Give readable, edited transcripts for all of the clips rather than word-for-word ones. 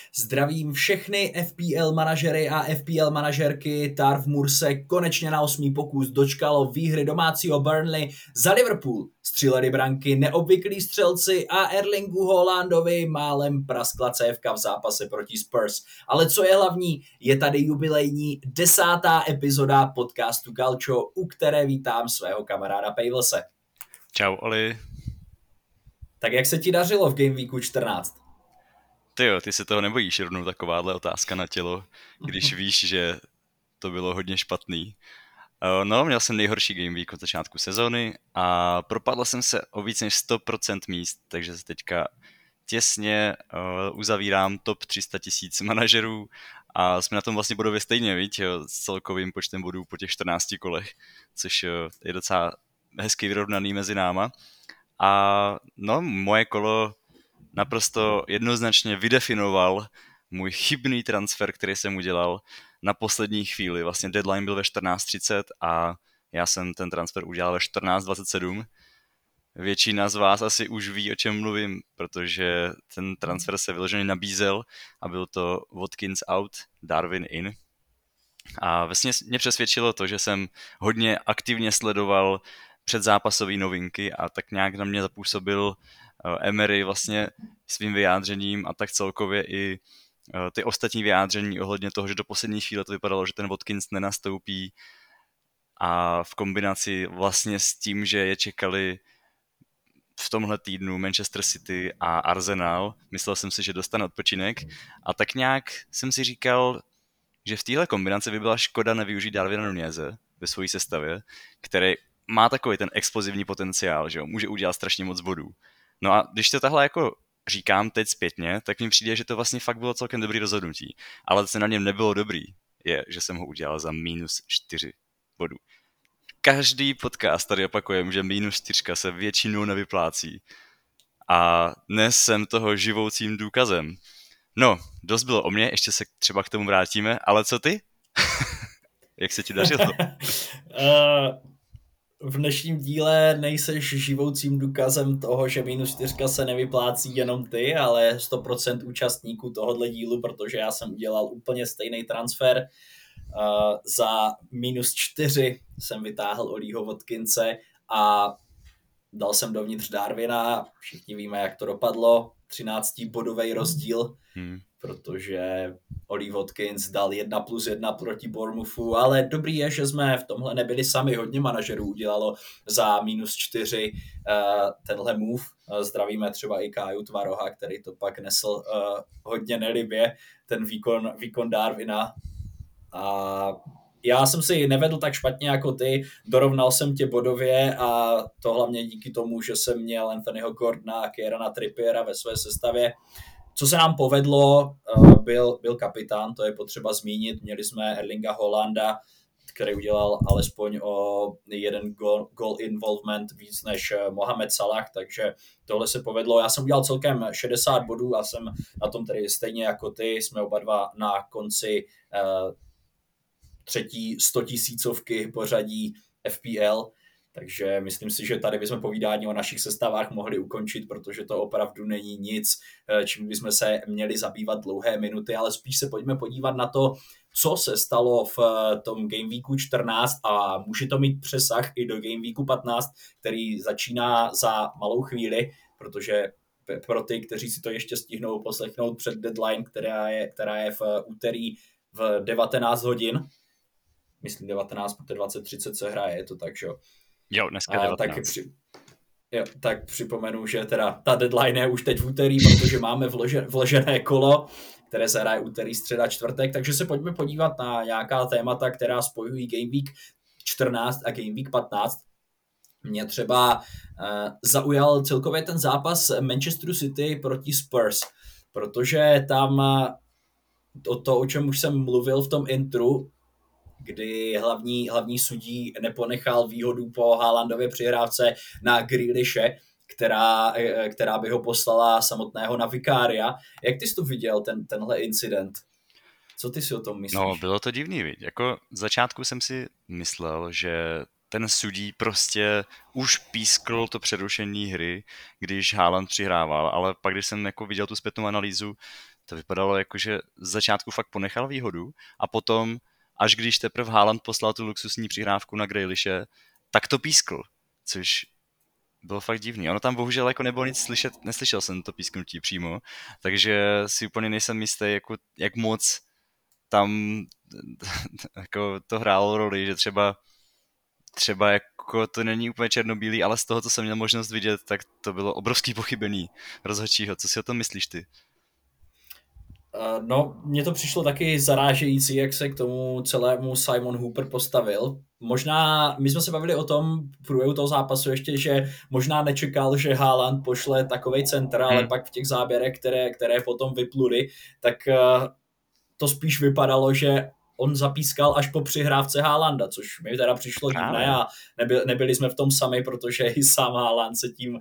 Zdravím všechny FPL manažery a FPL manažerky. Tarv Moor se konečně na 8. pokus dočkalo výhry domácího Burnley za Liverpool. Stříleli branky neobvyklí střelci a Erlingu Haalandovi málem praskla cévka v zápase proti Spurs. Ale co je hlavní, je tady jubilejní 10. epizoda podcastu Calcio, u které vítám svého kamaráda Pejvlse. Čau, Oli. Tak jak se ti dařilo v Game Weeku 14? Tyjo, ty se toho nebojíš rovnou takováhle otázka na tělo, když víš, že to bylo hodně špatný. No, měl jsem nejhorší Game Week od začátku sezóny a propadl jsem se o víc než 100% míst, takže se teďka těsně uzavírám top 300 000 manažerů a jsme na tom vlastně bodově stejně, viď, s celkovým počtem bodů po těch 14 kolech, což je docela hezky vyrovnaný mezi náma. A no, moje kolo naprosto jednoznačně vydefinoval můj chybný transfer, který jsem udělal na poslední chvíli. Vlastně deadline byl ve 14:30 a já jsem ten transfer udělal ve 14:27. Většina z vás asi už ví, o čem mluvím, protože ten transfer se vyloženě nabízel a byl to Watkins out, Darwin in. A vlastně mě přesvědčilo to, že jsem hodně aktivně sledoval předzápasové novinky a tak nějak na mě zapůsobil Emery vlastně svým vyjádřením a tak celkově i ty ostatní vyjádření ohledně toho, že do poslední chvíle to vypadalo, že ten Watkins nenastoupí a v kombinaci vlastně s tím, že je čekali v tomhle týdnu Manchester City a Arsenal, myslel jsem si, že dostane odpočinek a tak nějak jsem si říkal, že v téhle kombinaci by byla škoda nevyužít Darwina Nuneze ve své sestavě, který má takový ten explozivní potenciál, že jo, může udělat strašně moc bodů. No a když to tahle jako říkám teď zpětně, tak mi přijde, že to vlastně fakt bylo celkem dobrý rozhodnutí. Ale co na něm nebylo dobrý, je, že jsem ho udělal za -4 bodů. Každý podcast tady opakujeme, že -4 se většinou nevyplácí. A dnes jsem toho živoucím důkazem. No, dost bylo o mě, ještě se třeba k tomu vrátíme, ale co ty? Jak se ti dařilo? V dnešním díle nejseš živoucím důkazem toho, že -4 se nevyplácí jenom ty, ale 100% účastníků tohohle dílu, protože já jsem udělal úplně stejný transfer. Za -4 jsem vytáhl Olího Watkinse a dal jsem dovnitř Darwina. Všichni víme, jak to dopadlo. 13-bodový rozdíl, protože Oli Watkins dal 1+1 proti Bournemouthu, ale dobrý je, že jsme v tomhle nebyli sami. Hodně manažerů udělalo za -4 tenhle move. Zdravíme třeba i Káju Tvaroha, který to pak nesl hodně nelibě, ten výkon Darwina. A já jsem si nevedl tak špatně jako ty, dorovnal jsem tě bodově a to hlavně díky tomu, že jsem měl Anthonyho Gordona a Kierana Trippiera ve své sestavě. Co se nám povedlo, byl kapitán, to je potřeba zmínit. Měli jsme Erlinga Haalanda, který udělal alespoň o jeden goal involvement víc než Mohamed Salah, takže tohle se povedlo. Já jsem udělal celkem 60 bodů a jsem na tom tedy stejně jako ty. Jsme oba dva na konci třetí 100 000 pořadí FPL, takže myslím si, že tady bychom povídání o našich sestavách mohli ukončit, protože to opravdu není nic, čím bychom se měli zabývat dlouhé minuty, ale spíš se pojďme podívat na to, co se stalo v tom Game Weeku 14 a může to mít přesah i do Game Weeku 15, který začíná za malou chvíli, protože pro ty, kteří si to ještě stihnou poslechnout před deadline, která je v úterý v 19 hodin, myslím 19, protože 20:30 se hraje, je to tak, že jo? Jo, dneska 19. Tak připomenu, že teda ta deadline je už teď v úterý, protože máme vložené kolo, které se hraje úterý, středa, čtvrtek, takže se pojďme podívat na nějaká témata, která spojují Game Week 14 a Game Week 15. Mě třeba zaujal celkově ten zápas Manchesteru City proti Spurs, protože tam to, o čem už jsem mluvil v tom intru, kdy hlavní sudí neponechal výhodu po Haalandově přihrávce na Grealishe, která by ho poslala samotného na Vikária. Jak ty jsi to viděl, tenhle incident? Co ty si o tom myslíš? No, bylo to divný, viď. Jako v začátku jsem si myslel, že ten sudí prostě už pískl to přerušení hry, když Haaland přihrával, ale pak, když jsem jako viděl tu zpětnou analýzu, To vypadalo jako, že z začátku fakt ponechal výhodu a potom, až když teprve Haaland poslal tu luxusní přihrávku na Grealishe, tak to pískl, což bylo fakt divný. Ono tam bohužel jako nebylo nic slyšet, neslyšel jsem to písknutí přímo, takže si úplně nejsem jistý, jako, jak moc tam jako to hrálo roli, že třeba jako to není úplně černobílý, ale z toho, co jsem měl možnost vidět, tak to bylo obrovský pochybení rozhodčího. Co si o tom myslíš ty? No, mně to přišlo taky zarážející, jak se k tomu celému Simon Hooper postavil. Možná, my jsme se bavili o tom v průběhu toho zápasu ještě, že možná nečekal, že Haaland pošle takovej centr, ale pak v těch záběrech, které potom vypluly, tak to spíš vypadalo, že on zapískal až po přihrávce Haalanda, což mi teda přišlo divné a nebyli jsme v tom sami, protože i sám Haaland se tím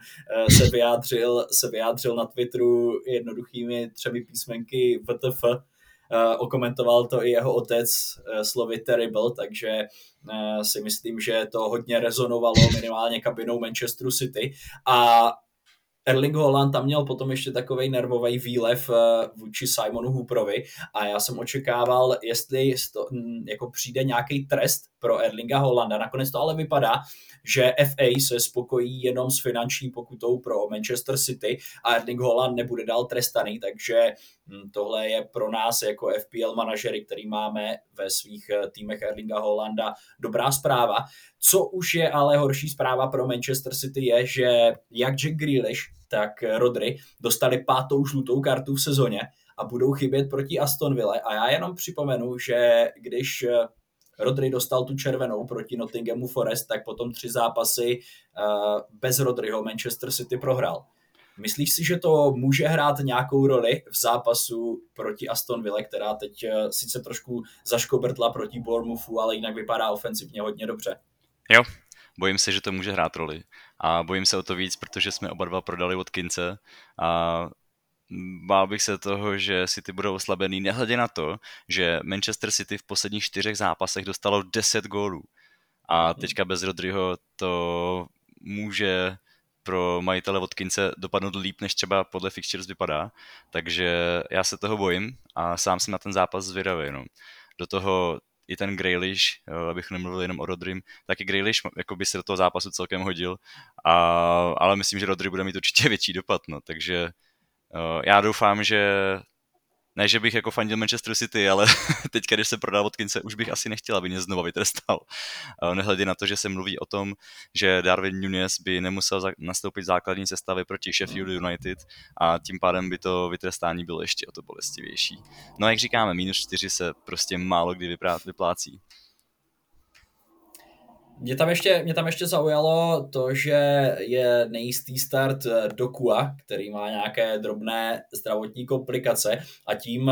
se vyjádřil na Twitteru jednoduchými 3 písmenky WTF. Okomentoval to i jeho otec slovy terrible, takže si myslím, že to hodně rezonovalo minimálně kabinou Manchesteru City a Erling Haaland tam měl potom ještě takovej nervový výlev vůči Simonu Hooperovi a já jsem očekával, jestli jako přijde nějaký trest pro Erlinga Haalanda. Nakonec to ale vypadá, že FA se spokojí jenom s finanční pokutou pro Manchester City a Erling Haaland nebude dál trestaný, takže tohle je pro nás jako FPL manažery, který máme ve svých týmech Erlinga Haalanda, dobrá zpráva. Co už je ale horší zpráva pro Manchester City je, že jak Jack Grealish, tak Rodri dostali 5. žlutou kartu v sezóně a budou chybět proti Aston Ville. A já jenom připomenu, že když Rodri dostal tu červenou proti Nottinghamu Forest, tak potom 3 zápasy bez Rodriho Manchester City prohrál. Myslíš si, že to může hrát nějakou roli v zápasu proti Aston Ville, která teď sice trošku zaškobrtla proti Bournemouthu, ale jinak vypadá ofenzivně hodně dobře? Jo, bojím se, že to může hrát roli. A bojím se o to víc, protože jsme oba dva prodali Watkinse a bál bych se toho, že City budou oslabený, nehledě na to, že Manchester City v posledních 4 zápasech dostalo 10 gólů. A teďka bez Rodriho to může pro majitele Watkinse dopadnout líp, než třeba podle fixtures vypadá. Takže já se toho bojím a sám jsem na ten zápas zvědavý. No. Do toho i ten Grealish, abych nemluvil jenom o Rodrym, taky Grealish jako by se do toho zápasu celkem hodil, ale myslím, že Rodry bude mít určitě větší dopad. No. Takže já doufám, že ne, že bych jako fandil Manchester City, ale teďka, když se prodal Watkinse, už bych asi nechtěl, aby mě znova vytrestal. Nehledě na to, že se mluví o tom, že Darwin Núñez by nemusel nastoupit základní sestavy proti Sheffield United a tím pádem by to vytrestání bylo ještě o to bolestivější. No a jak říkáme, -4 se prostě málo kdy vyplácí. Mě tam ještě zaujalo to, že je nejistý start Dokua, který má nějaké drobné zdravotní komplikace a tím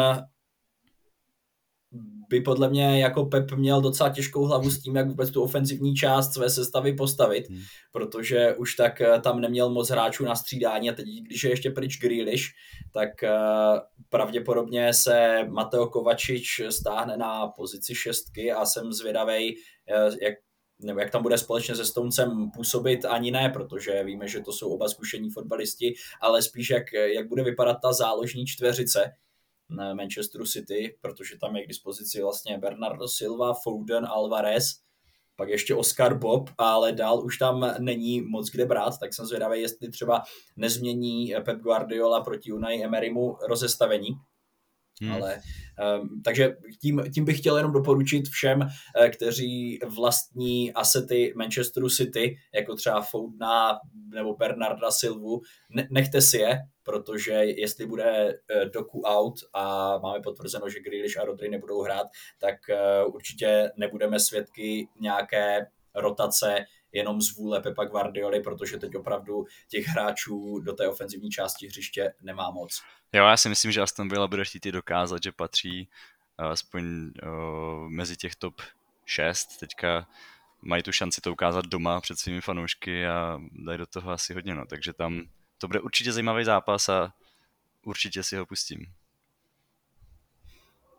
by podle mě jako Pep měl docela těžkou hlavu s tím, jak vůbec tu ofenzivní část své sestavy postavit, protože už tak tam neměl moc hráčů na střídání a teď, když je ještě pryč Grealish, tak pravděpodobně se Mateo Kovačič stáhne na pozici 6 a jsem zvědavej, jak tam bude společně se Stonesem působit, ani ne, protože víme, že to jsou oba zkušení fotbalisti, ale spíš jak bude vypadat ta záložní čtveřice Manchesteru City, protože tam je k dispozici vlastně Bernardo Silva, Foden, Alvarez, pak ještě Oscar Bob, ale dál už tam není moc kde brát, tak jsem zvědavý, jestli třeba nezmění Pep Guardiola proti Unai Emerymu rozestavení. Ale, takže tím bych chtěl jenom doporučit všem, kteří vlastní asety Manchesteru City, jako třeba Foudna nebo Bernarda Silvu, nechte si je, protože jestli bude Doku out a máme potvrzeno, že Grealish a Rodri nebudou hrát, tak určitě nebudeme svědky nějaké rotace jenom z vůle Pepa Guardioli, protože teď opravdu těch hráčů do té ofenzivní části hřiště nemá moc. Jo, já si myslím, že Aston Villa bude chtít dokázat, že patří aspoň mezi těch top 6. Teďka mají tu šanci to ukázat doma před svými fanoušky a dají do toho asi hodně. No. Takže tam to bude určitě zajímavý zápas a určitě si ho pustím.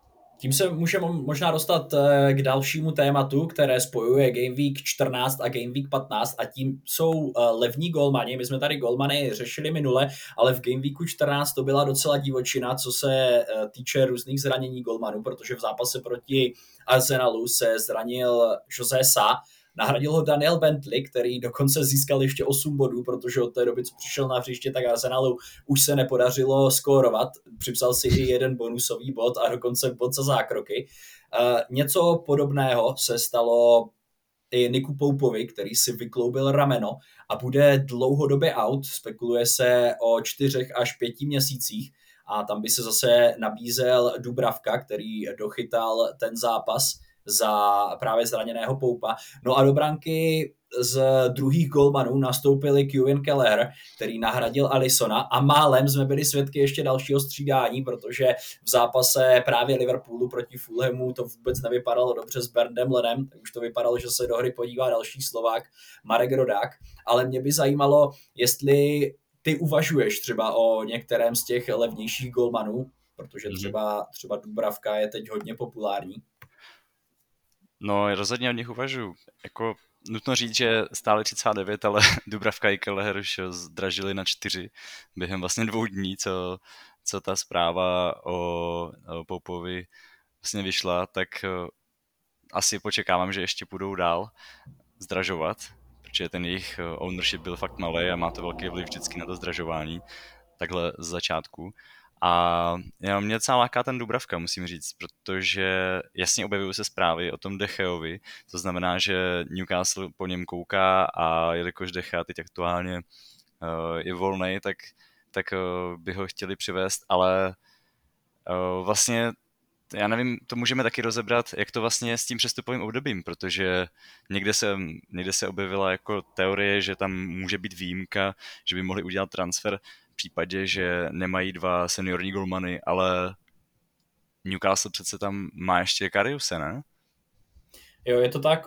Tím se můžeme možná dostat k dalšímu tématu, které spojuje Game Week 14 a Game Week 15 a tím jsou levní golmani. My jsme tady golmany řešili minule, ale v Game Weeku 14 to byla docela divočina, co se týče různých zranění golmanů, protože v zápase proti Arsenalu se zranil José Sa, nahradil ho Daniel Bentley, který dokonce získal ještě 8 bodů, protože od té doby, co přišel na hřiště, tak Arsenalu už se nepodařilo skórovat. Připsal si i jeden bonusový bod a dokonce bod za zákroky. Něco podobného se stalo i Niku Poupovi, který si vykloubil rameno a bude dlouhodobě out. Spekuluje se o 4 až 5 měsících a tam by se zase nabízel Dubravka, který dochytal ten zápas za právě zraněného Poupa. No a do branky z druhých golmanů nastoupili Kevin Kelleher, který nahradil Alisona a málem jsme byli svědky ještě dalšího střídání, protože v zápase právě Liverpoolu proti Fulhamu to vůbec nevypadalo dobře s Berndem Lenem, tak už to vypadalo, že se do hry podívá další Slovák Marek Rodák, ale mě by zajímalo, jestli ty uvažuješ třeba o některém z těch levnějších golmanů, protože třeba Dubravka je teď hodně populární. No, rozhodně o nich uvažuji. Jako nutno říct, že stále 39, ale Dubravka i Kelleher už zdražili na 4 během vlastně 2 dní, co ta zpráva o Poupovi vlastně vyšla, tak asi počekávám, že ještě půjdou dál zdražovat, protože ten jejich ownership byl fakt malý a má to velký vliv vždycky na to zdražování, takhle z začátku. A mě docela láká ten Dubravka, musím říct, protože jasně objevují se zprávy o tom De Geovi, to znamená, že Newcastle po něm kouká a jelikož De Gea teď aktuálně je volnej, tak by ho chtěli přivést, ale vlastně já nevím, to můžeme taky rozebrat, jak to vlastně je s tím přestupovým obdobím, protože někde se objevila jako teorie, že tam může být výjimka, že by mohli udělat transfer v případě, že nemají 2 seniorní golmany, ale Newcastle přece tam má ještě Kariuse, ne? Jo, je to tak.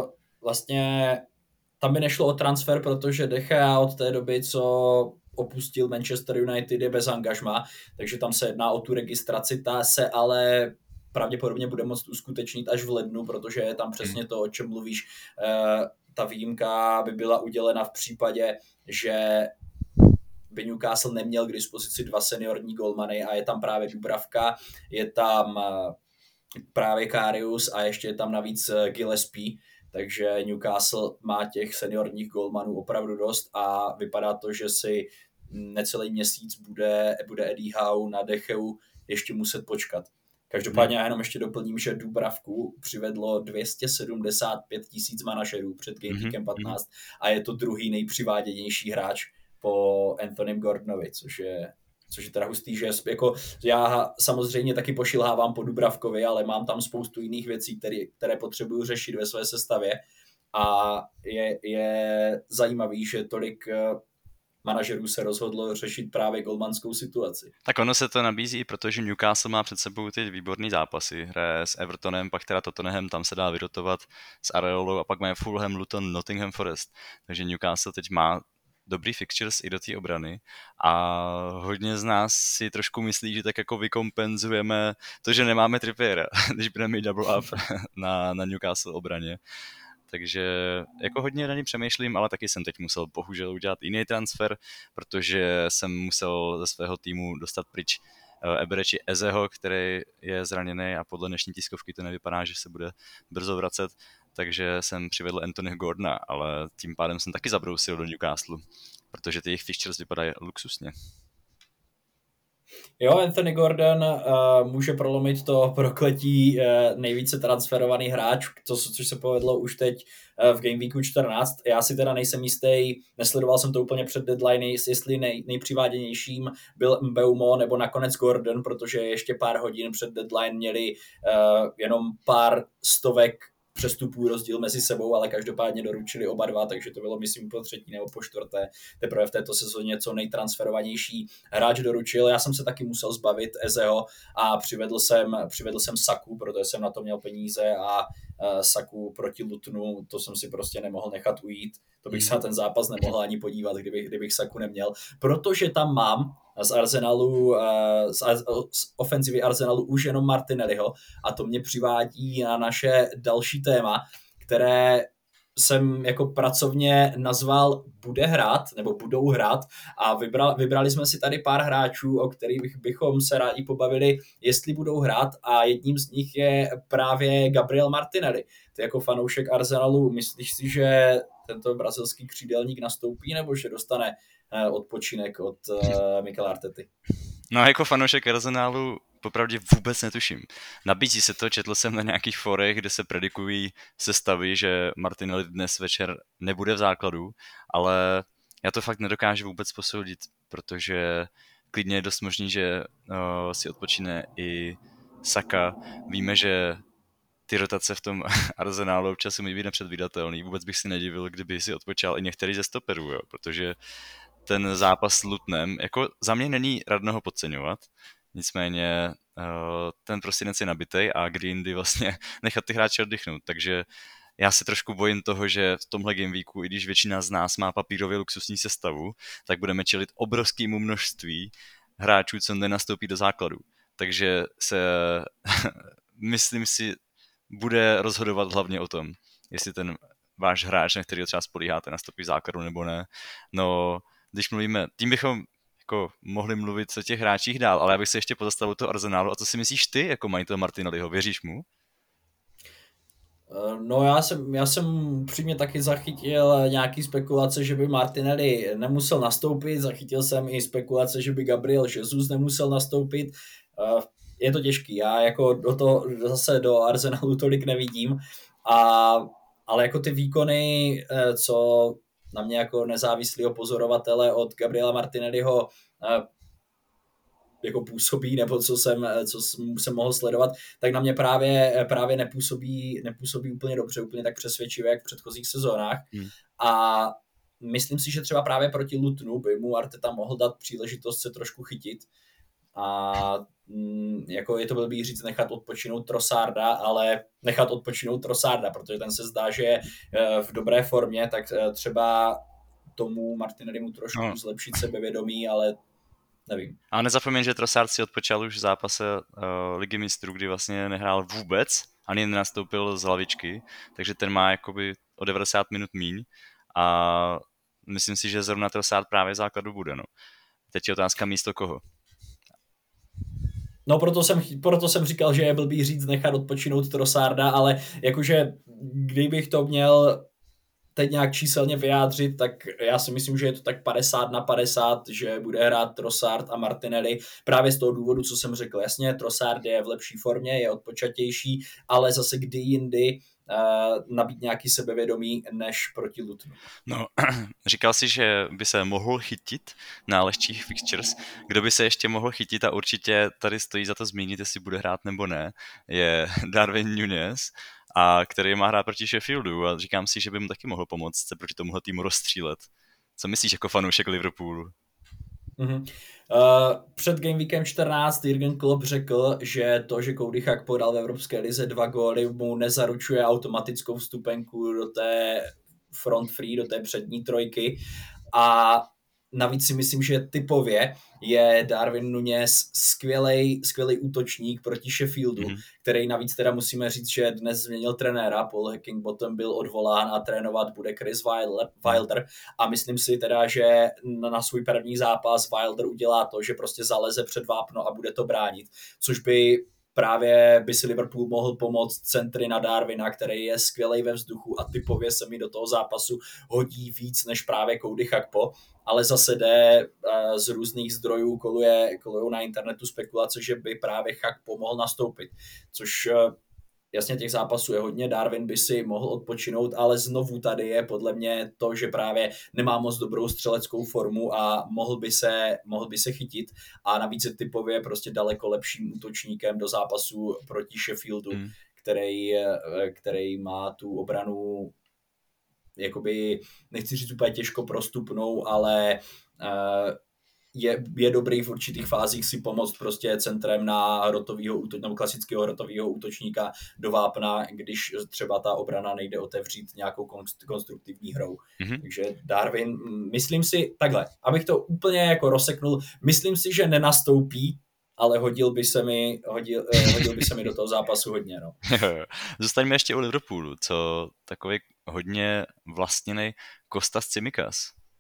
Vlastně tam by nešlo o transfer, protože De Gea od té doby, co opustil Manchester United, je bez angažma, takže tam se jedná o tu registraci, ta se ale pravděpodobně bude moct uskutečnit až v lednu, protože je tam přesně to, o čem mluvíš. Ta výjimka by byla udělena v případě, že by Newcastle neměl k dispozici 2 seniorní golmany a je tam právě Dubravka, je tam právě Karius a ještě je tam navíc Gillespie, takže Newcastle má těch seniorních golmanů opravdu dost a vypadá to, že si necelý měsíc bude Eddie Howe na De Geu ještě muset počkat. Každopádně já jenom ještě doplním, že Dubravku přivedlo 275 000 manažerů před Game Weekem 15 a je to druhý nejpřiváděnější hráč po Anthonym Gordonovi, což je teda hustý, že jako já samozřejmě taky pošilhávám po Dubravkovi, ale mám tam spoustu jiných věcí, které potřebuju řešit ve své sestavě a je zajímavý, že tolik manažerů se rozhodlo řešit právě golmanskou situaci. Tak ono se to nabízí i protože Newcastle má před sebou ty výborný zápasy. Hraje s Evertonem, pak teda Tottenham, tam se dá vyrotovat s Areolou a pak má Fulham, Luton, Nottingham Forest. Takže Newcastle teď má dobrý fixtures i do té obrany a hodně z nás si trošku myslí, že tak jako vykompenzujeme to, že nemáme Trippiera, když budeme mít double up na Newcastle obraně. Takže jako hodně na ní přemýšlím, ale taky jsem teď musel bohužel udělat jiný transfer, protože jsem musel ze svého týmu dostat pryč Eberechi Ezeho, který je zraněný a podle dnešní tiskovky to nevypadá, že se bude brzo vracet, takže jsem přivedl Anthonyho Gordona, ale tím pádem jsem taky zabrousil do Newcastle, protože ty jejich fixtures vypadají luxusně. Jo, Anthony Gordon může prolomit to prokletí nejvíce transferovaný hráč, což se povedlo už teď v Game Weeku 14. Já si teda nejsem jistý, nesledoval jsem to úplně před deadline, jestli nejpřiváděnějším byl Mbeumo nebo nakonec Gordon, protože ještě pár hodin před deadline měli jenom pár stovek přestupů rozdíl mezi sebou, ale každopádně doručili oba dva, takže to bylo, myslím, po 3. nebo po 4. teprve v této sezóně co nejtransferovanější hráč doručil. Já jsem se taky musel zbavit Ezeho a přivedl jsem Saku, protože jsem na to měl peníze a Saku proti Lutonu, to jsem si prostě nemohl nechat ujít. To bych se na ten zápas nemohl ani podívat, kdybych Saku neměl, protože tam mám z Arsenalu, z ofenzivy Arsenalu už jenom Martinelliho a to mě přivádí na naše další téma, které jsem jako pracovně nazval bude hrát, nebo budou hrát a vybrali jsme si tady pár hráčů, o kterých bychom se rádi pobavili, jestli budou hrát a jedním z nich je právě Gabriel Martinelli. Ty jako fanoušek Arsenalu, myslíš si, že tento brazilský křídelník nastoupí nebo že dostane odpočinek od Mikela Artety? No a jako fanoušek Arsenalu popravdě vůbec netuším. Nabízí se to, četl jsem na nějakých forech, kde se predikují sestavy, že Martinelli dnes večer nebude v základu, ale já to fakt nedokážu vůbec posoudit, protože klidně je dost možný, že si odpočine i Saka. Víme, že ty rotace v tom Arsenálu občas může být nepředvídatelný. Vůbec bych si nedivil, kdyby si odpočal i některý ze stoperů, jo, protože ten zápas s Lutnem, jako za mě není radno ho podceňovat, nicméně ten prosinec je nabitej a kdy jindy vlastně nechat ty hráče oddychnout, takže já se trošku bojím toho, že v tomhle gameweeku, i když většina z nás má papírově luxusní sestavu, tak budeme čelit obrovskému množství hráčů, co nenastoupí do základu. Takže se, myslím si, bude rozhodovat hlavně o tom, jestli ten váš hráč, na kterého třeba spolíháte, nastoupí v základu nebo ne. No, když mluvíme, tím bychom jako mohli mluvit o těch hráčích dál, ale já bych se ještě pozastavil u toho Arsenálu. A co si myslíš ty jako majitel Martinelliho? Věříš mu? No já jsem přímě taky zachytil nějaký spekulace, že by Martinelli nemusel nastoupit, zachytil jsem i spekulace, že by Gabriel Jesus nemusel nastoupit. Je to těžký, já jako zase do Arsenalu tolik nevidím, ale jako ty výkony, co na mě jako nezávislého pozorovatele od Gabriela Martinelliho jako působí, nebo co jsem mohl sledovat, tak na mě právě nepůsobí úplně dobře, úplně tak přesvědčivě, jak v předchozích sezónách. A myslím si, že třeba právě proti Lutnu by mu Arteta mohl dát příležitost se trošku chytit. A jako je to blbý říct nechat odpočinout Trossarda, protože ten se zdá, že je v dobré formě, tak třeba tomu Martinellimu trošku zlepšit sebevědomí, ale nevím. A nezapomeň, že Trossard si odpočal už v zápase Ligy mistrů, kdy vlastně nehrál vůbec, ani nenastoupil z hlavičky, takže ten má jakoby o 90 minut míň a myslím si, že zrovna Trossard právě v základu bude. No. Teď je otázka místo koho. No proto jsem říkal, že je blbý říct nechat odpočinout Trossarda, ale jakože kdybych to měl teď nějak číselně vyjádřit, tak já si myslím, že je to tak 50-50, že bude hrát Trossard a Martinelli právě z toho důvodu, co jsem řekl. Jasně, Trossard je v lepší formě, je odpočatější, ale zase kdy jindy nabít nějaký sebevědomí než proti Lutnu. No, říkal si, že by se mohl chytit na lehčích fixtures. Kdo by se ještě mohl chytit a určitě tady stojí za to zmínit, jestli bude hrát nebo ne, je Darwin Núñez, a který má hrát proti Sheffieldu a říkám si, že by mu taky mohl pomoct se proti tomuhle týmu rozstřílet. Co myslíš jako fanoušek Liverpoolu? Mm-hmm. Před Gameweekem 14 Jürgen Klopp řekl, že to, že Cody Gakpo podal v Evropské lize 2 góly, mu nezaručuje automatickou vstupenku do té front free, do té přední trojky a navíc si myslím, že typově je Darwin Núñez skvělej útočník proti Sheffieldu, který navíc teda musíme říct, že dnes změnil trenéra, Paul Heckingbottom byl odvolán a trénovat bude Chris Wilder a myslím si teda, že na svůj první zápas Wilder udělá to, že prostě zaleze před vápno a bude to bránit, což by si Liverpool mohl pomoct centry na Darwina, který je skvělej ve vzduchu a typově se mi do toho zápasu hodí víc než právě Cody Gakpo, ale zase jde z různých zdrojů, kolujou na internetu spekulace, že by právě Gakpo mohl nastoupit, což jasně těch zápasů je hodně, Darwin by si mohl odpočinout, ale znovu tady je podle mě to, že právě nemá moc dobrou střeleckou formu a mohl by se chytit a navíc je typově prostě daleko lepším útočníkem do zápasu proti Sheffieldu, který má tu obranu jakoby, nechci říct úplně těžko prostupnou, ale je dobrý v určitých fázích si pomoct prostě centrem na nebo klasického hrotového útočníka do vápna, když třeba ta obrana nejde otevřít nějakou konstruktivní hrou. Mhm. Takže Darwin, myslím si, takhle, abych to úplně jako rozseknul, myslím si, že nenastoupí, ale hodil by se mi do toho zápasu hodně. No. Zůstaňme ještě u Liverpoolu, co takový hodně vlastněný Kostas Tsimikas.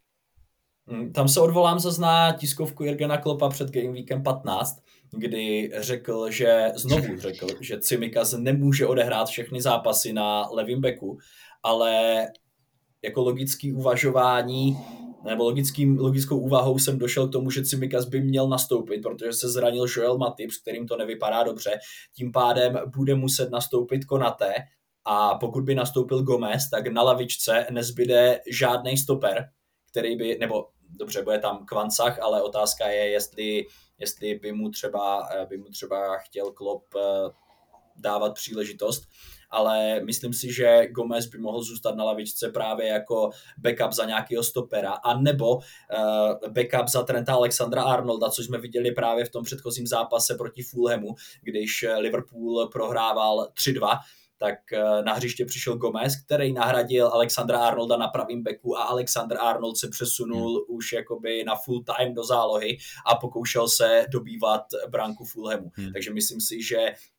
Tam se odvolám zase na tiskovku Jurgena Kloppa před Game Weekem 15, kdy znovu řekl, že Tsimikas nemůže odehrát všechny zápasy na levým backu, ale jako logický uvažování nebo logickou úvahou jsem došel k tomu, že Tsimikas by měl nastoupit, protože se zranil Joel Matip, s kterým to nevypadá dobře. Tím pádem bude muset nastoupit Konaté a pokud by nastoupil Gomez, tak na lavičce nezbyde žádný stoper, který by, nebo dobře, bude tam Kvancach, ale otázka je, jestli by mu třeba chtěl Klopp dávat příležitost, ale myslím si, že Gomez by mohl zůstat na lavičce právě jako backup za nějakého stopera, anebo backup za Trenta Alexandra-Arnolda, což jsme viděli právě v tom předchozím zápase proti Fulhamu, když Liverpool prohrával 3-2, tak na hřiště přišel Gomez, který nahradil Alexandra Arnolda na pravým beku a Alexander Arnold se přesunul už jakoby na full time do zálohy a pokoušel se dobývat branku Fulhamu. Takže myslím si, že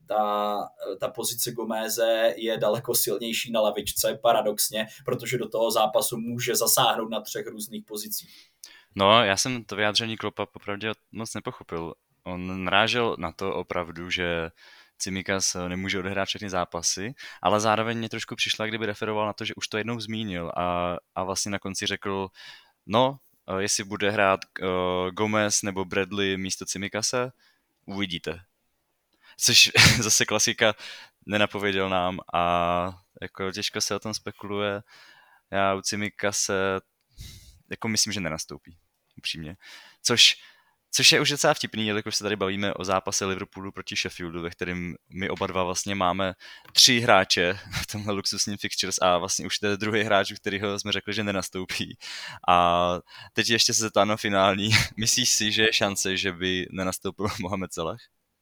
ta pozice Gomeze je daleko silnější na lavičce, paradoxně, protože do toho zápasu může zasáhnout na 3 různých pozicích. No, já jsem to vyjádření Kloppa popravdě moc nepochopil. On narážel na to opravdu, že Tsimikas nemůže odehrát všechny zápasy, ale zároveň mě trošku přišla, kdyby referoval na to, že už to jednou zmínil a vlastně na konci řekl, no, jestli bude hrát Gomez nebo Bradley místo Tsimikase, uvidíte. Což zase klasika, nenapověděl nám a jako těžko se o tom spekuluje. Já u Tsimikase jako myslím, že nenastoupí, upřímně. Což je už docela vtipný, jelikož se tady bavíme o zápase Liverpoolu proti Sheffieldu, ve kterém my oba dva vlastně máme 3 hráče v tomhle luxusním fixtures a vlastně už to je druhý hráč, u kterého jsme řekli, že nenastoupí. A teď ještě se zeptám na finální. Myslíš si, že je šance, že by nenastoupil Mohamed Salah?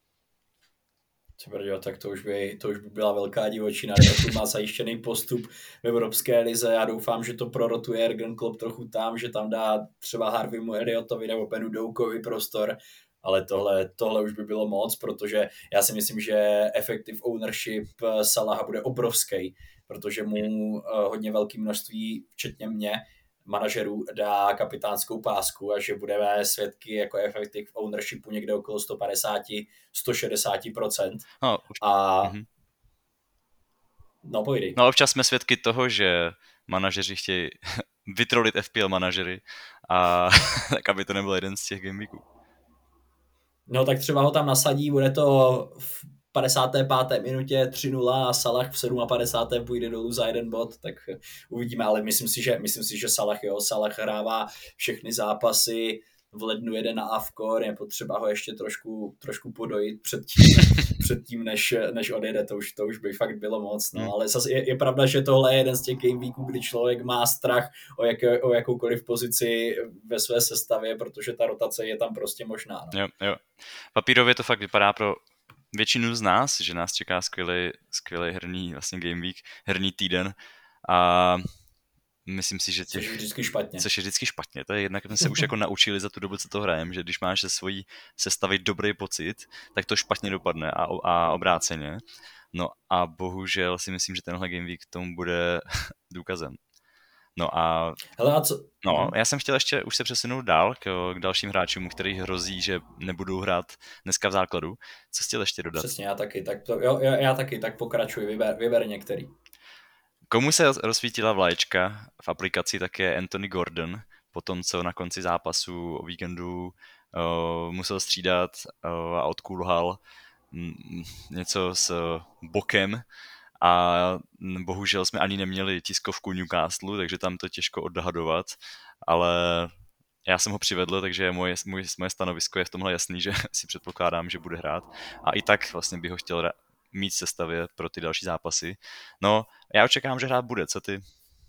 Tak to už by byla velká divočina. Liverpool má zajištěný postup v Evropské lize. Já doufám, že to prorotuje Jurgen Klopp trochu tam, že tam dá třeba Harveymu Elliotovi nebo Benu Doukovi prostor, ale tohle už by bylo moc, protože já si myslím, že effective ownership Salaha bude obrovský, protože mu hodně velké množství, včetně mě, manažerů dá kapitánskou pásku a že budeme svědky jako effective ownershipu někde okolo 150-160%. No, pojdej. No, občas jsme svědky toho, že manažeři chtějí vytrolit FPL manažery a tak, aby to nebyl jeden z těch gameweeků. No, tak třeba ho tam nasadí, bude to v 55. minutě 3-0 a Salah v 57. půjde dolů za 1 bod, tak uvidíme, ale myslím si, že Salah hrává všechny zápasy, v lednu jede na Avkor, je potřeba ho ještě trošku podojit předtím, než odjede, to už by fakt bylo moc, no, ale zase je pravda, že tohle je jeden z těch gameweeků, kdy člověk má strach o jakoukoliv pozici ve své sestavě, protože ta rotace je tam prostě možná. No. Jo. Papírově to fakt vypadá pro většinu z nás, že nás čeká skvělý herní vlastně gameweek, herní týden a myslím si, že Což je vždycky špatně. To je jednak, jsme se už jako naučili za tu dobu, co to hrajeme, že když máš ze svojí sestavy dobrý pocit, tak to špatně dopadne a obráceně. No a bohužel si myslím, že tenhle gameweek tomu bude důkazem. No a hele, a co? No, já jsem chtěl ještě už se přesunout dál k dalším hráčům, který hrozí, že nebudou hrát dneska v základu. Co jsi chtěl ještě dodat? Přesně, já taky, tak pokračuji, vyber některý. Komu se rozsvítila vlaječka v aplikaci, tak je Anthony Gordon, po tom, co na konci zápasu o víkendu musel střídat a odkulhal něco s bokem a bohužel jsme ani neměli tiskovku Newcastle, takže tam to těžko odhadovat, ale já jsem ho přivedl, takže moje stanovisko je v tomhle jasný, že si předpokládám, že bude hrát a i tak vlastně bych ho chtěl mít v sestavě pro ty další zápasy. No, já očekávám, že hrát bude, co ty?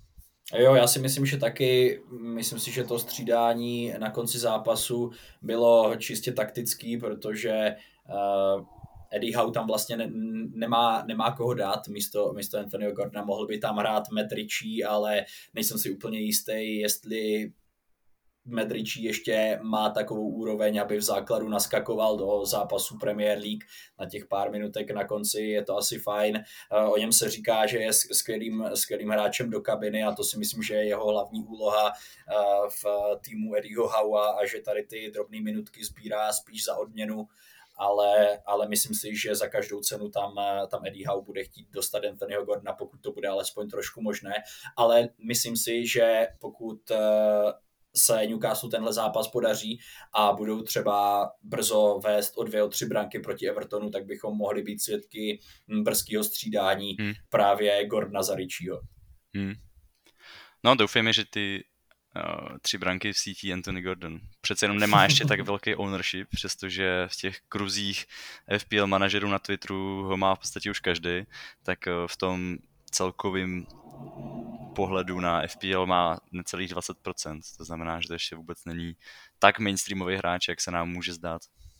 Jo, já si myslím, že taky, myslím si, že to střídání na konci zápasu bylo čistě taktický, protože Eddie Howe tam vlastně nemá koho dát místo Anthonyho Gordona, mohl by tam hrát Matt Ritchie, ale nejsem si úplně jistý, jestli Matt Ritchie ještě má takovou úroveň, aby v základu naskakoval do zápasu Premier League na těch pár minutek na konci, je to asi fajn. O něm se říká, že je skvělým hráčem do kabiny a to si myslím, že je jeho hlavní úloha v týmu Eddieho Howa a že tady ty drobné minutky sbírá spíš za odměnu, ale myslím si, že za každou cenu tam Eddie Howe bude chtít dostat Anthonyho Gordona, pokud to bude alespoň trošku možné, ale myslím si, že pokud se Newcastle tenhle zápas podaří a budou třeba brzo vést o 2, o 3 branky proti Evertonu, tak bychom mohli být svědky brzkého střídání právě Gordona za Ritchieho. No, doufejme, že ty 3 branky vsítí Anthony Gordon. Přece jenom nemá ještě tak velký ownership, přestože v těch kruzích FPL manažerů na Twitteru ho má v podstatě už každý, tak v tom celkovým pohledu na FPL má necelých 20%. To znamená, že to ještě vůbec není tak mainstreamový hráč, jak se nám může zdát.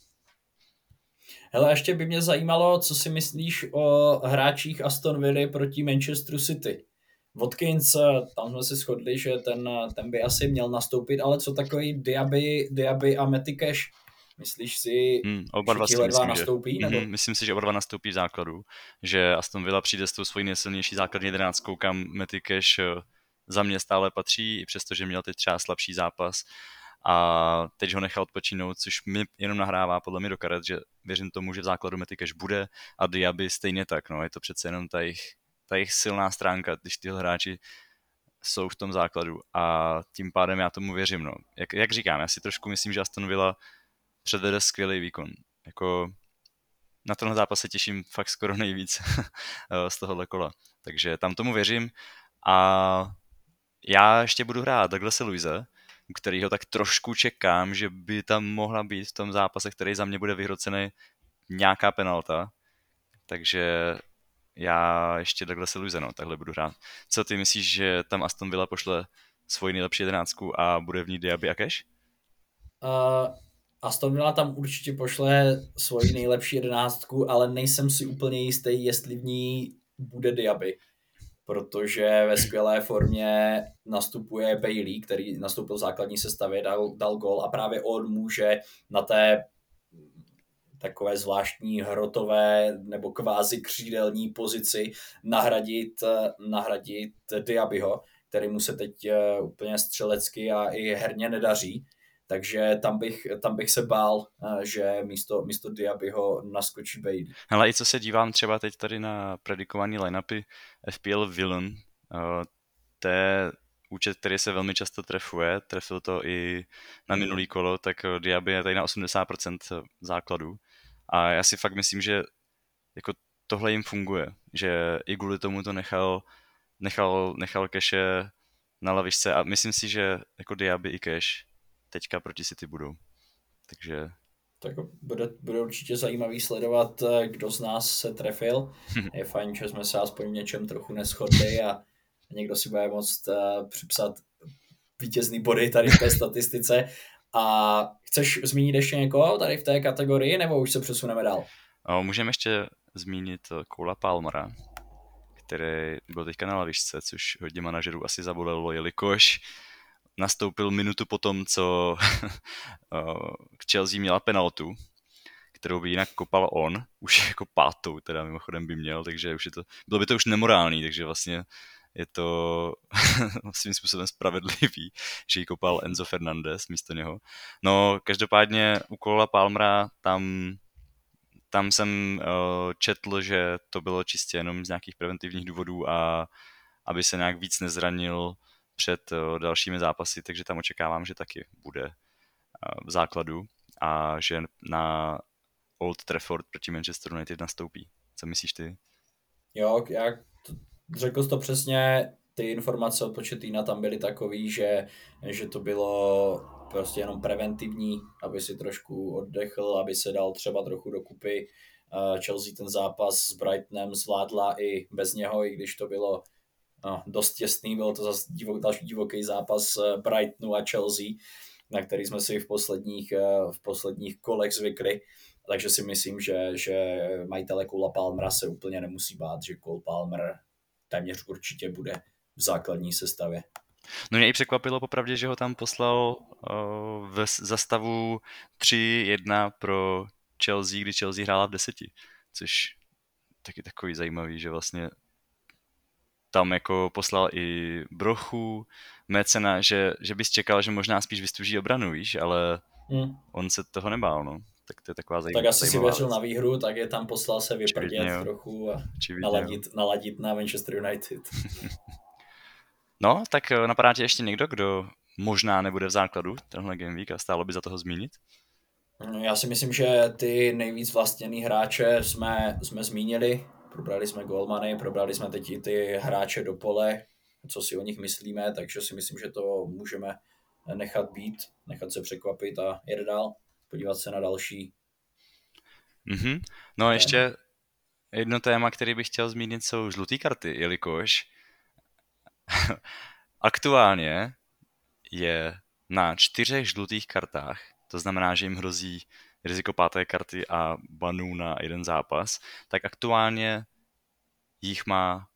Hele, ještě by mě zajímalo, co si myslíš o hráčích Aston Villa proti Manchesteru City. Watkins, tam jsme si shodli, že ten by asi měl nastoupit, ale co takový Diaby a Matty Cash? Myslíš si, oba dva že tihle dva myslím, nastoupí? Že, nebo? myslím si, že oba dva nastoupí v základu, že Aston Villa přijde s tou svojí nejsilnější základní 11, kam Matty Cash za mě stále patří, i přesto, že měl teď třeba slabší zápas a teď ho nechal odpočinout, což mi jenom nahrává podle mě do karet, že věřím tomu, že v základu Matty Cash bude a Diaby stejně tak, no, je to přece jenom ta jejich silná stránka, když tyhle hráči jsou v tom základu a tím pádem já tomu věřím, no. Jak říkám, já si trošku myslím, že Aston Villa předvede skvělý výkon. Jako na tenhle zápas se těším fakt skoro nejvíc z tohohle kola. Takže tam tomu věřím a já ještě budu hrát Douglase Luise, u kterého tak trošku čekám, že by tam mohla být v tom zápase, který za mě bude vyhrocený, nějaká penalta. Takže já ještě Douglase Luise, no, takhle budu hrát. Co ty myslíš, že tam Aston Villa pošle svoji nejlepší 11 a bude v ní Diaby a Cash? Aston Villa tam určitě pošle svoji nejlepší 11, ale nejsem si úplně jistý, jestli v ní bude Diaby, protože ve skvělé formě nastupuje Bailey, který nastoupil v základní sestavě, dal gól a právě on může na té takové zvláštní hrotové nebo kvázi křídelní pozici nahradit Diabyho, který mu se teď úplně střelecky a i herně nedaří. Takže tam bych se bál, že místo Diabyho naskočí Bailey. Hele, i co se dívám třeba teď tady na predikovaný line-upy FPL Villain, to je účet, který se velmi často trefuje, trefil to i na minulý kolo, tak Diaby je tady na 80% základu. A já si fakt myslím, že jako tohle jim funguje, že i kvůli tomu to nechal Cache na lavičce a myslím si, že jako Diaby i Cash teďka proti City budou. Takže tak bude určitě zajímavý sledovat, kdo z nás se trefil. Je fajn, že jsme se aspoň v něčem trochu neshodli a někdo si bude moct připsat vítězný body tady v té statistice. A chceš zmínit ještě někoho tady v té kategorii, nebo už se přesuneme dál? Můžeme ještě zmínit Cola Palmera, který byl teďka na lavičce, což hodně manažerů asi zabolelo, jelikož nastoupil minutu po tom, co k Chelsea měla penaltu, kterou by jinak kopal on, už jako pátou teda mimochodem by měl, takže už bylo by to už nemorální, takže vlastně je to svým způsobem spravedlivý, že ji kopal Enzo Fernandez místo něho. No, každopádně u Cola Palmera tam jsem četl, že to bylo čistě jenom z nějakých preventivních důvodů a aby se nějak víc nezranil před dalšími zápasy, takže tam očekávám, že taky bude v základu a že na Old Trafford proti Manchester United nastoupí. Co myslíš ty? Jo, řekl jsi to přesně, ty informace od Pochettina tam byly takový, že to bylo prostě jenom preventivní, aby si trošku oddechl, aby se dal třeba trochu dokupy. Chelsea ten zápas s Brightonem zvládla i bez něho, i když to bylo dost těsný, byl to zase další divoký zápas Brightonu a Chelsea, na který jsme si v posledních kolech zvykli. Takže si myslím, že majitele Cola Palmera se úplně nemusí bát, že Cole Palmer téměř určitě bude v základní sestavě. No mě i překvapilo popravdě, že ho tam poslal v zastavu 3-1 pro Chelsea, kdy Chelsea hrála v 10, což taky takový zajímavý, že vlastně tam jako poslal i Brochu, Mecena, že bys čekal, že možná spíš vystuží obranu, víš, ale on se toho nebál, no. Tak to je taková Tak asi si věřil věc. na výhru, tak je tam poslal se vyprdět trochu a naladit na Manchester United. No, tak napadá tě ještě někdo, kdo možná nebude v základu tenhle Game Week a stálo by za toho zmínit? Já si myslím, že ty nejvíc vlastněný hráče jsme zmínili. Probrali jsme golmany, probrali jsme teď i ty hráče do pole, co si o nich myslíme, takže si myslím, že to můžeme nechat být, nechat se překvapit a jet dál, podívat se na další. Mm-hmm. No a ještě jedno téma, který bych chtěl zmínit, jsou žluté karty, jelikož aktuálně je na 4 žlutých kartách, to znamená, že jim hrozí riziko 5. karty a banů na 1 zápas, tak aktuálně jich má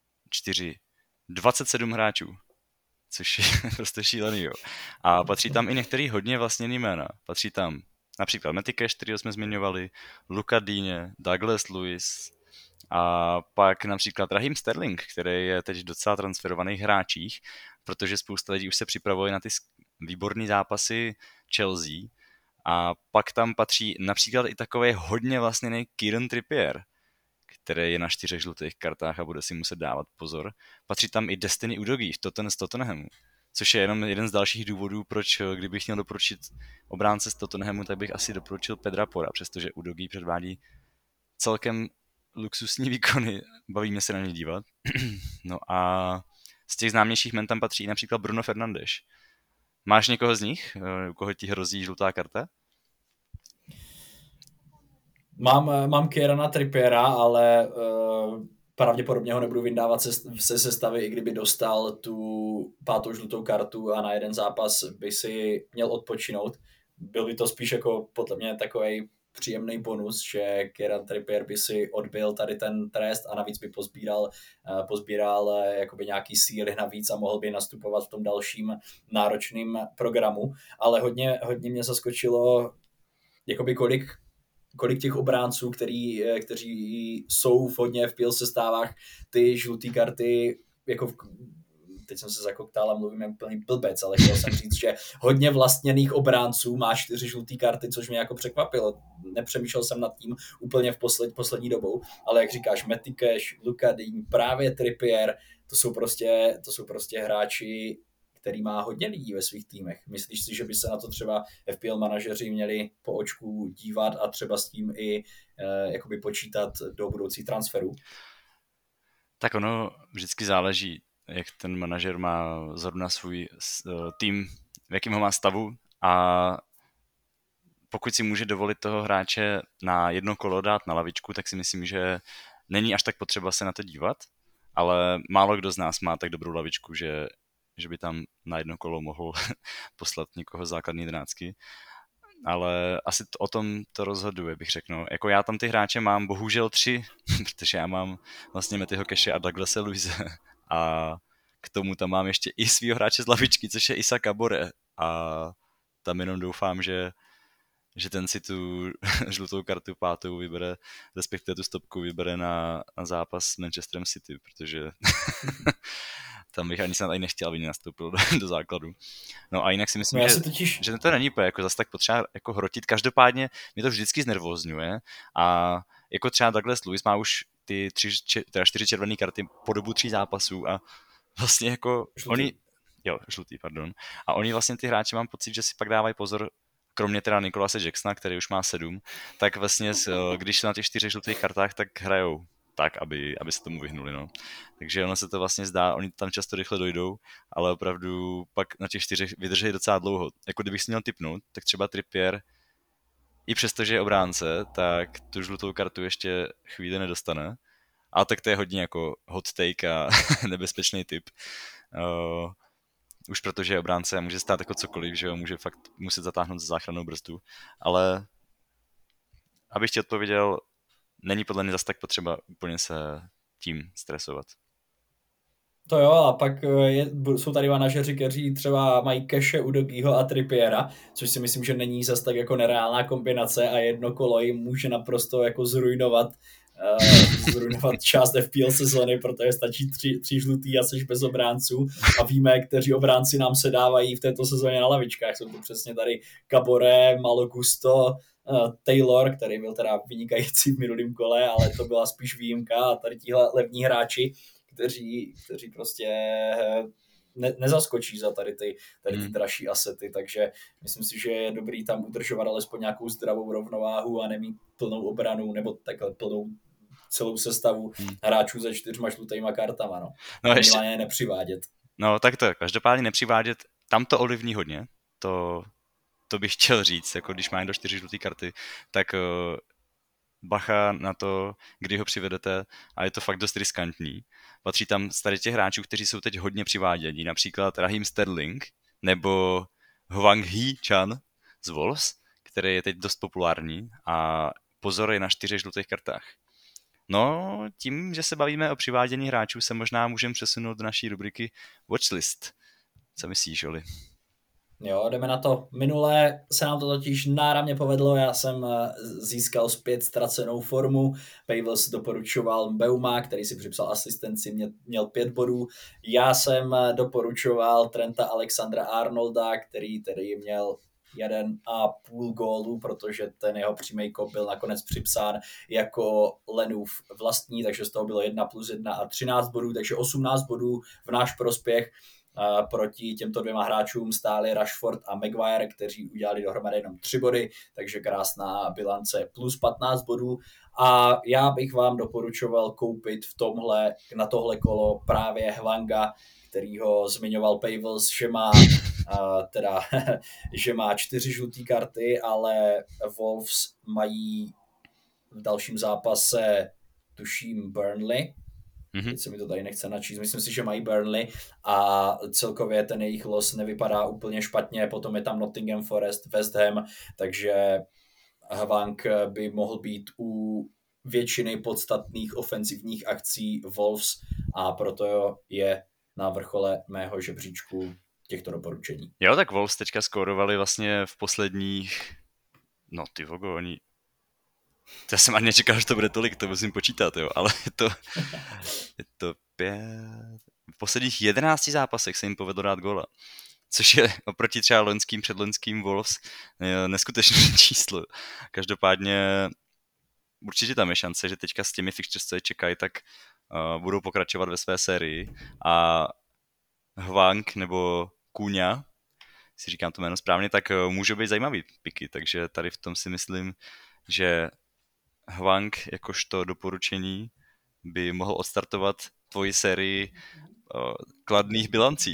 27 hráčů, což je prostě šílený, jo. A patří tam i některý hodně vlastněný jména. Patří tam například Matty Cash, kterýho jsme zmiňovali, Luca Digne, Douglas Lewis a pak například Raheem Sterling, který je teď v docela transferovaných hráčích, protože spousta lidí už se připravuje na ty výborné zápasy Chelsea a pak tam patří například i takový hodně vlastněný Kieran Trippier, který je na 4 žlutých kartách a bude si muset dávat pozor. Patří tam i Destiny Udogie z Tottenhamu, což je jenom jeden z dalších důvodů, proč kdybych měl doporučit obránce z Tottenhamu, tak bych asi doporučil Pedra Pora, přestože Udogie předvádí celkem luxusní výkony, baví mě se na ně dívat. No a z těch známějších men tam patří například Bruno Fernandes. Máš někoho z nich, u koho ti hrozí žlutá karta? Mám Kierana Trippiera, ale pravděpodobně ho nebudu vyndávat se sestavy, i kdyby dostal tu 5. žlutou kartu a na 1 zápas by si měl odpočinout. Byl by to spíš jako podle mě takový příjemný bonus, že Kieran Trippier by si odbil tady ten trest a navíc by pozbíral jakoby nějaký síly navíc a mohl by nastupovat v tom dalším náročným programu. Ale hodně mě zaskočilo, jakoby kolik těch obránců, kteří jsou hodně v PL sestávách, ty žlutý karty, jako teď jsem se zakoktal a mluvím jak úplný blbec, ale chtěl jsem říct, že hodně vlastněných obránců má 4 žlutý karty, což mě jako překvapilo. Nepřemýšlel jsem nad tím úplně v poslední dobou, ale jak říkáš, Matty Cash, Luca Digne, právě Trippier, to jsou prostě hráči, který má hodně lidí ve svých týmech. Myslíš si, že by se na to třeba FPL manažeři měli po očku dívat a třeba s tím i jakoby počítat do budoucích transferů? Tak ono vždycky záleží, jak ten manažer má zrovna svůj tým, v jakém ho má stavu a pokud si může dovolit toho hráče na 1 kolo dát na lavičku, tak si myslím, že není až tak potřeba se na to dívat, ale málo kdo z nás má tak dobrou lavičku, že by tam na 1 kolo mohl poslat někoho základní 11. Ale asi o tom to rozhoduje, bych řekl. No. Jako já tam ty hráče mám bohužel 3, protože já mám vlastně Mattyho Cashe a Douglase Luise a k tomu tam mám ještě i svýho hráče z lavičky, což je Issa Kabore a tam jenom doufám, že ten si tu žlutou kartu 5. vybere, respektive tu stopku vybere na zápas s Manchesterem City, protože tam bych ani snad nechtěl, aby nastoupil do základu. No a jinak si myslím, že to není jako zase tak potřeba jako hrotit. Každopádně mě to vždycky znervózňuje a jako třeba Douglas Lewis má už ty 4 červené karty po dobu 3 zápasů a vlastně jako žlutý, pardon. A oni vlastně ty hráči mám pocit, že si pak dávají pozor, kromě teda Nikolase Jacksona, který už má 7, tak vlastně, když jsou na těch 4 žlutých kartách, tak hrajou tak, aby se tomu vyhnuli, no. Takže ono se to vlastně zdá, oni tam často rychle dojdou, ale opravdu pak na těch 4 vydrží docela dlouho. Jako kdybych si měl tipnout, tak třeba Trippier, i přesto, že je obránce, tak tu žlutou kartu ještě chvíli nedostane A tak to je hodně jako hot take a nebezpečný typ. Už protože je obránce a může stát jako cokoliv, že jo, může fakt muset zatáhnout za záchrannou brzdu. Ale abych ti odpověděl, není podle mě zase tak potřeba úplně se tím stresovat. To jo, a pak jsou tady manažeři, kteří třeba mají Keše, Udogího a Trippiera, což si myslím, že není zas tak jako nereálná kombinace a jedno kolo jim může naprosto jako zrujnovat část FPL sezony, protože stačí tři žlutý a seš bez obránců a víme, kteří obránci nám se dávají v této sezóně na lavičkách. Jsou to přesně tady Cabore, Malo Gusto, Taylor, který byl teda vynikající v minulém kole, ale to byla spíš výjimka a tady tihle levní hráči, kteří prostě nezaskočí za tady ty dražší asety, takže myslím si, že je dobrý tam udržovat alespoň nějakou zdravou rovnováhu a nemít plnou obranu nebo takhle plnou celou sestavu hráčů se 4 žlutýma kartama. No ještě nepřivádět. No tak to je, každopádně nepřivádět, tam to ovlivní hodně, to bych chtěl říct, jako když má někdo 4 žluté karty, tak bacha na to, kdy ho přivedete a je to fakt dost riskantní. Patří tam z tady těch hráčů, kteří jsou teď hodně přivádění, například Raheem Sterling nebo Hwang Hee-chan z Wolves, který je teď dost populární a pozor je na 4 žlutých kartách. No, tím, že se bavíme o přivádění hráčů, se možná můžeme přesunout do naší rubriky Watchlist. Co myslíš, Oli? Jo, jdeme na to. Minule se nám to totiž náramně povedlo, já jsem získal zpět ztracenou formu, Pavels doporučoval Mbeuma, který si připsal asistenci, měl 5 bodů, já jsem doporučoval Trenta Alexandra-Arnolda, který tedy měl 1,5 gólu, protože ten jeho přímý kop byl nakonec připsán jako Lenův vlastní, takže z toho bylo 1+1 a 13 bodů, takže 18 bodů v náš prospěch. Proti těmto dvěma hráčům stáli Rashford a Maguire, kteří udělali dohromady jenom 3 body, takže krásná bilance plus 15 bodů. A já bych vám doporučoval koupit na tohle kolo právě Hwanga, který ho zmiňoval Pavels, že má 4 žluté karty, ale Wolves mají v dalším zápase tuším Burnley. Teď se mi to tady nechce načíst. Myslím si, že mají Burnley a celkově ten jejich los nevypadá úplně špatně. Potom je tam Nottingham Forest, West Ham, takže Hwang by mohl být u většiny podstatných ofenzivních akcí Wolves a proto je na vrchole mého žebříčku těchto doporučení. Jo, tak Wolves teďka skórovali vlastně v posledních... No ty vogo, oni... Já jsem ani nečekal, že to bude tolik, to musím počítat, jo, ale je to 5... V posledních 11 zápasech se jim povedlo dát góla, což je oproti třeba předloňským Wolves neskutečné číslo. Každopádně určitě tam je šance, že teďka s těmi fixtures, co je čekají, tak budou pokračovat ve své sérii a Hwang nebo Kuňa, si říkám to jméno správně, tak můžou být zajímavý piky, takže tady v tom si myslím, že Hwang jakožto doporučení by mohl odstartovat tvoji sérii kladných bilancí.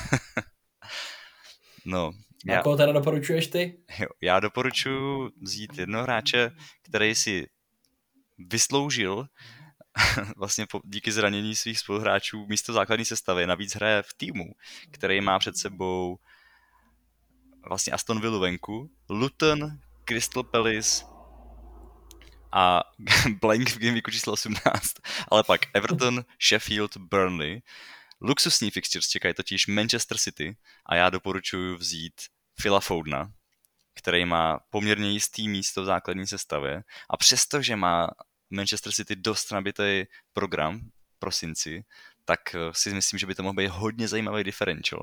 No. A koho teda doporučuješ ty? Jo, já doporučuji vzít jednoho hráče, který si vysloužil vlastně díky zranění svých spoluhráčů místo základní sestavy. Navíc hraje v týmu, který má před sebou vlastně Aston Villa venku, Luton, Crystal Palace a blank v gameweeku číslo 18, ale pak Everton, Sheffield, Burnley. Luxusní fixtures čekají totiž Manchester City a já doporučuji vzít Phila Fodena, který má poměrně jistý místo v základní sestavě a přestože má Manchester City dost nabitý program v prosinci, tak si myslím, že by to mohl být hodně zajímavý differential.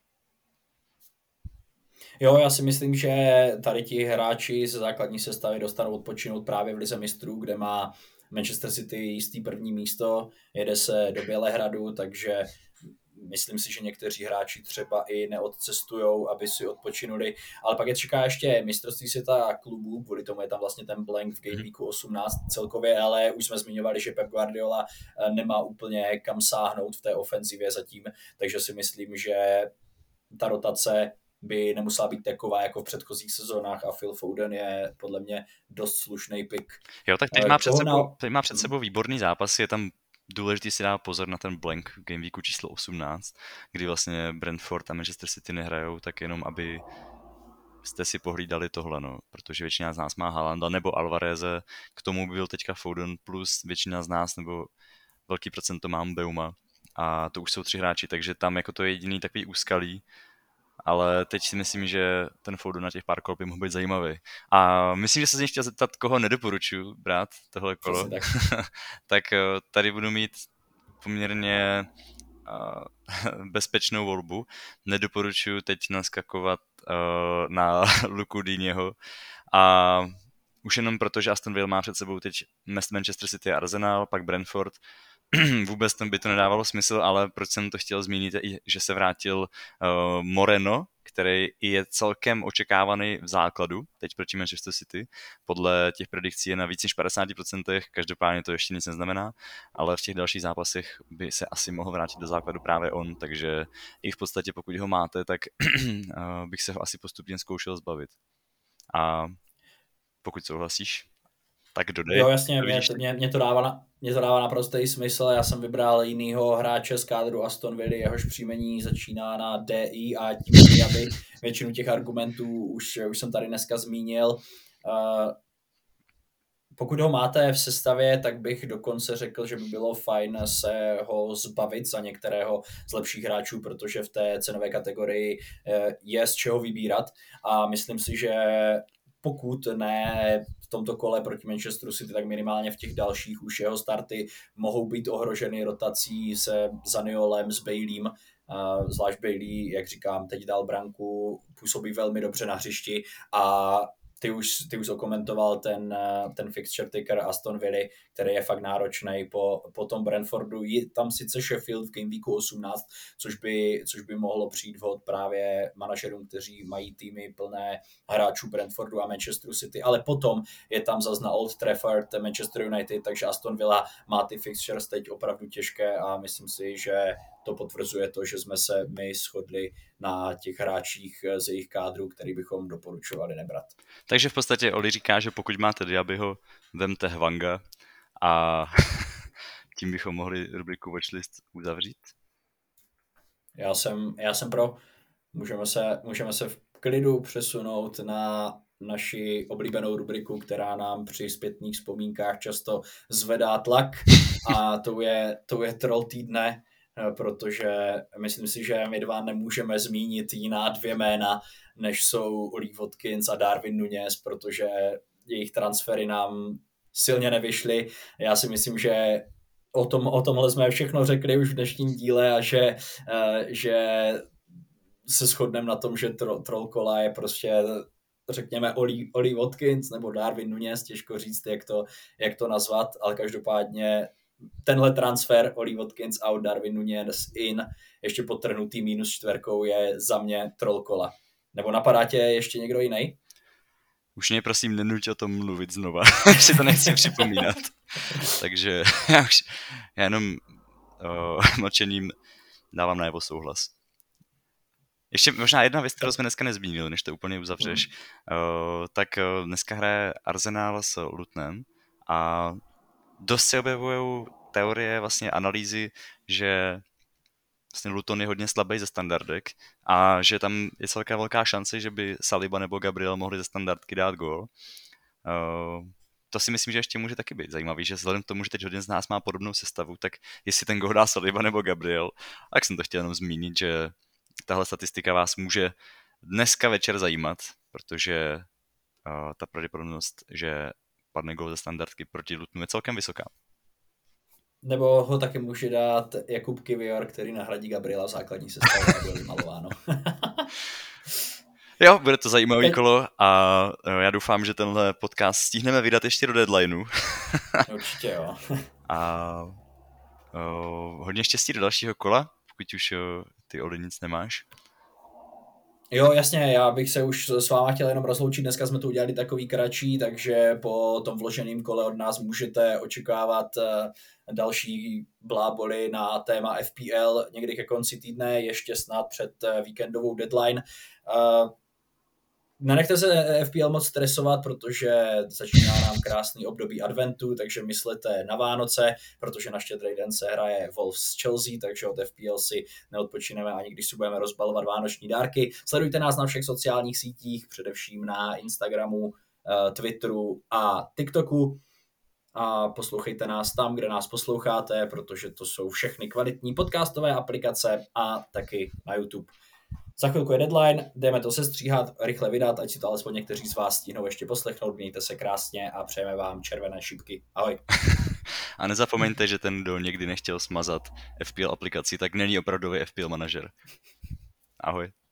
Jo, já si myslím, že tady ti hráči ze základní sestavy dostanou odpočinout právě v Lize mistrů, kde má Manchester City jistý první místo, jede se do Bělehradu, takže myslím si, že někteří hráči třeba i neodcestujou, aby si odpočinuli, ale pak je čeká ještě mistrovství světa klubů, kvůli tomu je tam vlastně ten blank v gameweeku 18 celkově, ale už jsme zmiňovali, že Pep Guardiola nemá úplně kam sáhnout v té ofenzivě zatím, takže si myslím, že ta rotace by nemusela být taková jako v předchozích sezónách a Phil Foden je podle mě dost slušný pick. Jo, tak teď má před sebou výborný zápas, je tam důležitý si dá pozor na ten blank v Game Weeku číslo 18, kdy vlastně Brentford a Manchester City nehrajou, tak jenom aby jste si pohlídali tohle, no, protože většina z nás má Haalanda nebo Alvareze, k tomu by byl teďka Foden, plus většina z nás, nebo velký procento mám Beuma, a to už jsou 3 hráči, takže tam jako to je jediný takový úskalí, ale teď si myslím, že ten Foden na těch pár kol by mohl být zajímavý. A myslím, že se z něj chtěl zeptat, koho nedoporučuji brát tohle kolo. Přesně tak. Tak tady budu mít poměrně bezpečnou volbu. Nedoporučuji teď naskakovat na Luku Dýněho a už jenom proto, že Aston Villa má před sebou teď Manchester City a Arsenal, pak Brentford, vůbec by to nedávalo smysl, ale proč jsem to chtěl zmínit, je, že se vrátil Moreno, který je celkem očekávaný v základu, teď proti Manchester City, podle těch predikcí je na víc než 50%, každopádně to ještě nic neznamená, ale v těch dalších zápasech by se asi mohl vrátit do základu právě on, takže i v podstatě pokud ho máte, tak bych se ho asi postupně zkoušel zbavit. A pokud souhlasíš, tak dodej. Jo, jasně, mě to dává naprostý smysl. Já jsem vybral jinýho hráče z kádru Aston Villa, jehož příjmení začíná na DI a tím aby většinu těch argumentů už jsem tady dneska zmínil. Pokud ho máte v sestavě, tak bych dokonce řekl, že by bylo fajn se ho zbavit za některého z lepších hráčů, protože v té cenové kategorii je z čeho vybírat a myslím si, že pokud ne v tomto kole proti Manchesteru City, tak minimálně v těch dalších už jeho starty mohou být ohroženy rotací se Zaniolem, s Baileym, zvlášť Bailey, jak říkám, teď dal branku, působí velmi dobře na hřišti a ty už okomentoval ten fixture ticker Aston Villa, který je fakt náročný po tom Brentfordu. Je tam sice Sheffield v Game Weeku 18, což by mohlo přijít vhod právě manažerům, kteří mají týmy plné hráčů Brentfordu a Manchesteru City, ale potom je tam zas na Old Trafford Manchester United, takže Aston Villa má ty fixtures teď opravdu těžké a myslím si, že to potvrzuje to, že jsme se my shodli na těch hráčích z jejich kádru, který bychom doporučovali nebrat. Takže v podstatě Oli říká, že pokud máte Diabyho, vemte Hwanga a tím bychom mohli rubriku Watchlist uzavřít. Já jsem pro. Můžeme se v klidu přesunout na naši oblíbenou rubriku, která nám při zpětných vzpomínkách často zvedá tlak a to je troll týdne, protože myslím si, že my dva nemůžeme zmínit jiná 2 jména, než jsou Oli Watkins a Darwin Núñez, protože jejich transfery nám silně nevyšly. Já si myslím, že o tomhle jsme všechno řekli už v dnešním díle a že se shodneme na tom, že troll kola je prostě řekněme Oli Watkins nebo Darwin Núñez, těžko říct, jak to nazvat, ale každopádně tenhle transfer Oli Watkins out, Darwin Núñez in, ještě podtrhnutý -4 je za mě troll kola. Nebo napadá tě ještě někdo jiný? Už mě prosím nenuť o tom mluvit znova, si to nechci připomínat. Takže já jenom mlčením dávám najevo souhlas. Ještě možná jedna věc, kterou jsme dneska nezmínili, než to úplně uzavřeš. Tak dneska hraje Arsenal s Lutonem a dost se objevují teorie, vlastně analýzy, že vlastně Luton je hodně slabý ze standardek a že tam je celká velká šance, že by Saliba nebo Gabriel mohli ze standardky dát gól. To si myslím, že ještě může taky být zajímavý, že vzhledem k tomu, že teď hodně z nás má podobnou sestavu, tak jestli ten gól dá Saliba nebo Gabriel, tak jsem to chtěl jenom zmínit, že tahle statistika vás může dneska večer zajímat, protože ta pravděpodobnost, že padne gól ze standardky proti Lutonu je celkem vysoká. Nebo ho taky může dát Jakub Kivior, který nahradí Gabriela v základní sestavě, jak bylo vymalováno. Jo, bude to zajímavý kolo a já doufám, že tenhle podcast stihneme vydat ještě do deadlineu. Určitě jo. A hodně štěstí do dalšího kola, pokud už ty Oli nic nemáš. Jo, jasně, já bych se už s váma chtěl jenom rozloučit, dneska jsme to udělali takový kratší, takže po tom vloženém kole od nás můžete očekávat další bláboli na téma FPL někdy ke konci týdne, ještě snad před víkendovou deadline. Nenechte se FPL moc stresovat, protože začíná nám krásný období adventu, takže myslete na Vánoce, protože na Štědrý den se hraje Wolves s Chelsea, takže od FPL si neodpočineme ani když si budeme rozbalovat vánoční dárky. Sledujte nás na všech sociálních sítích, především na Instagramu, Twitteru a TikToku a poslouchejte nás tam, kde nás posloucháte, protože to jsou všechny kvalitní podcastové aplikace a taky na YouTube. Za chvilku je deadline, jdeme to sestříhat, rychle vydat, ať si to alespoň někteří z vás stihnou ještě poslechnout, mějte se krásně a přejeme vám červené šipky. Ahoj. A nezapomeňte, že ten, kdo někdy nechtěl smazat FPL aplikaci, tak není opravdový FPL manažer. Ahoj.